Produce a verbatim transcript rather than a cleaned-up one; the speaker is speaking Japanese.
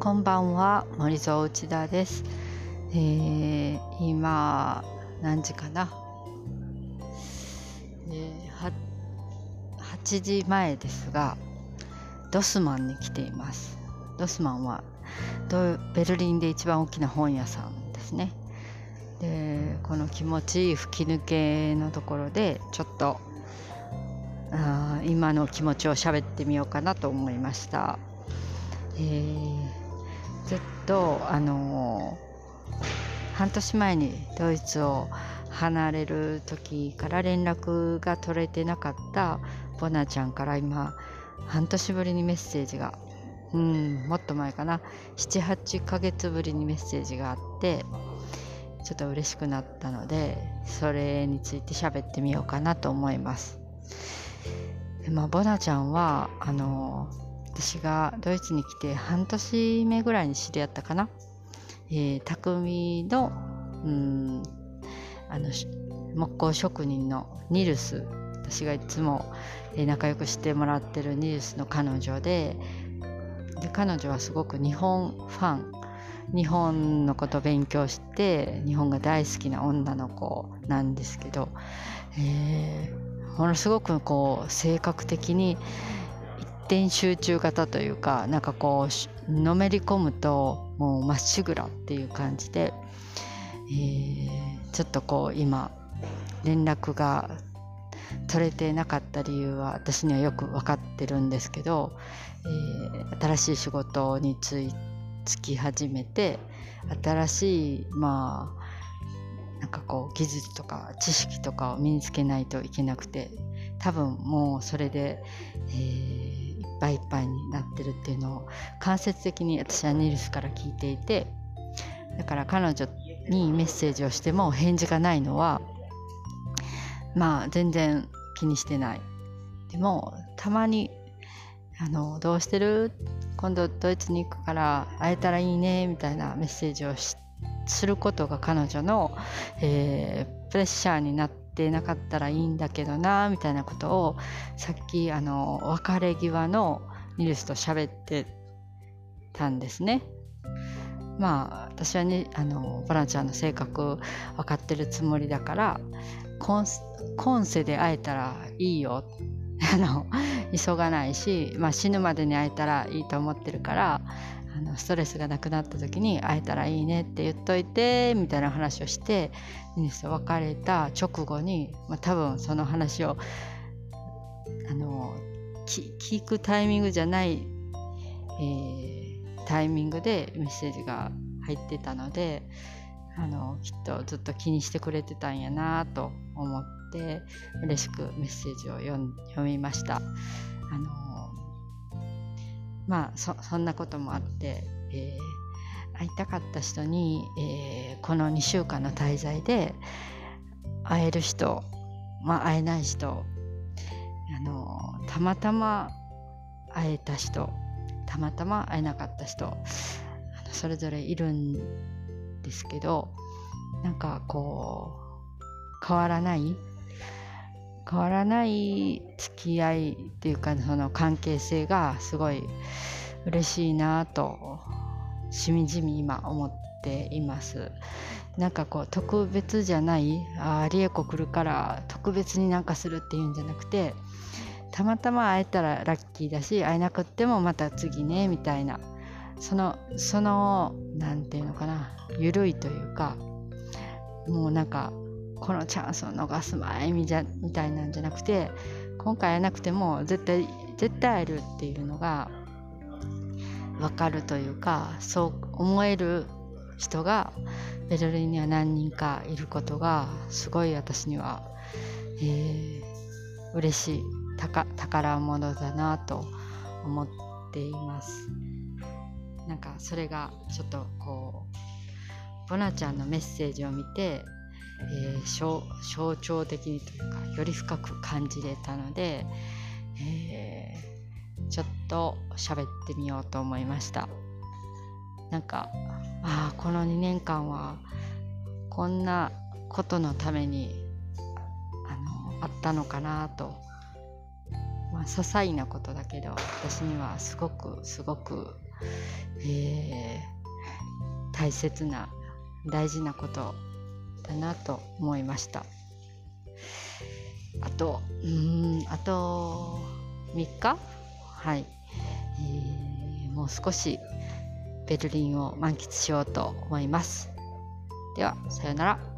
こんばんは、森蔵内田です。えー、今何時かな、えー、ははちじまえですが、ドスマンに来ています。ドスマンはドベルリンで一番大きな本屋さんですね。で、この気持ちいい吹き抜けのところでちょっとあ今の気持ちを喋ってみようかなと思いました。えー、ずっとあのー、半年前にドイツを離れる時から連絡が取れてなかったボナちゃんから今半年ぶりにメッセージが、うんもっと前かな、ななはちかげつぶりにメッセージがあって、ちょっと嬉しくなったので、それについて喋ってみようかなと思います。で、まあ、ボナちゃんはあの私がドイツに来て半年目ぐらいに知り合ったかな、えー、匠のうんあの木工職人のニルス、私がいつも仲良くしてもらってるニルスの彼女で、で彼女はすごく日本ファン、日本のことを勉強して日本が大好きな女の子なんですけど、えー、ものすごくこう性格的に一点集中型というか、なんかこうのめり込むともうまっしぐらっていう感じで、えー、ちょっとこう今連絡が取れてなかった理由は私にはよく分かってるんですけど、えー、新しい仕事についつき始めて、新しいまあなんかこう技術とか知識とかを身につけないといけなくて、多分もうそれで、えー、いっぱいいっぱいになってるっていうのを間接的に私はニルスから聞いていて、だから彼女にメッセージをしても返事がないのはまあ全然気にしてない。でもたまにあのどうしてる、今度ドイツに行くから会えたらいいねみたいなメッセージをしすることが彼女の、えー、プレッシャーになってなかったらいいんだけどなみたいなことをさっきあの別れ際のニルスと喋ってたんですね。まあ私はね、あのボランちゃんの性格分かってるつもりだから、今今世で会えたらいいよあの急がないし、まあ、死ぬまでに会えたらいいと思ってるから、あのストレスがなくなった時に会えたらいいねって言っといてみたいな話をして、ニニスと別れた直後に、まあ、多分その話をあの聞くタイミングじゃない、えー、タイミングでメッセージが入ってたので、あのきっとずっと気にしてくれてたんやなと思って嬉しくメッセージを読ん読みました。あのまあ そ, そんなこともあって、えー、会いたかった人に、えー、このにしゅうかんの滞在で会える人、まあ、会えない人、あのたまたま会えた人、たまたま会えなかった人、あのそれぞれいるんですけど、なんかこう変わらない変わらない付き合いっていうか、その関係性がすごい嬉しいなとしみじみ今思っています。なんかこう特別じゃない、あリエコ来るから特別になんかするっていうんじゃなくて、たまたま会えたらラッキーだし、会えなくってもまた次ねみたいな、そのそのなんていうのかな、ゆるいというか、もうなんかこのチャンスを逃すまいみたいなんじゃなくて、今回会えなくても絶対絶対会えるっていうのが分かるというか、そう思える人がベルリンには何人かいることがすごい私には、えー、嬉しい 宝, 宝物だなと思っています。なんかそれがちょっとこうボナちゃんのメッセージを見て、えー、象, 象徴的にというかより深く感じれたので、えー、ちょっと喋ってみようと思いました。なんかあこのにねんかんはこんなことのために あ, のあったのかなと、まあ、些細なことだけど私にはすごくすごくえー大切な大事なことだなと思いました。あとうーんあとみっか、はい、えーもう少しベルリンを満喫しようと思います。ではさようなら。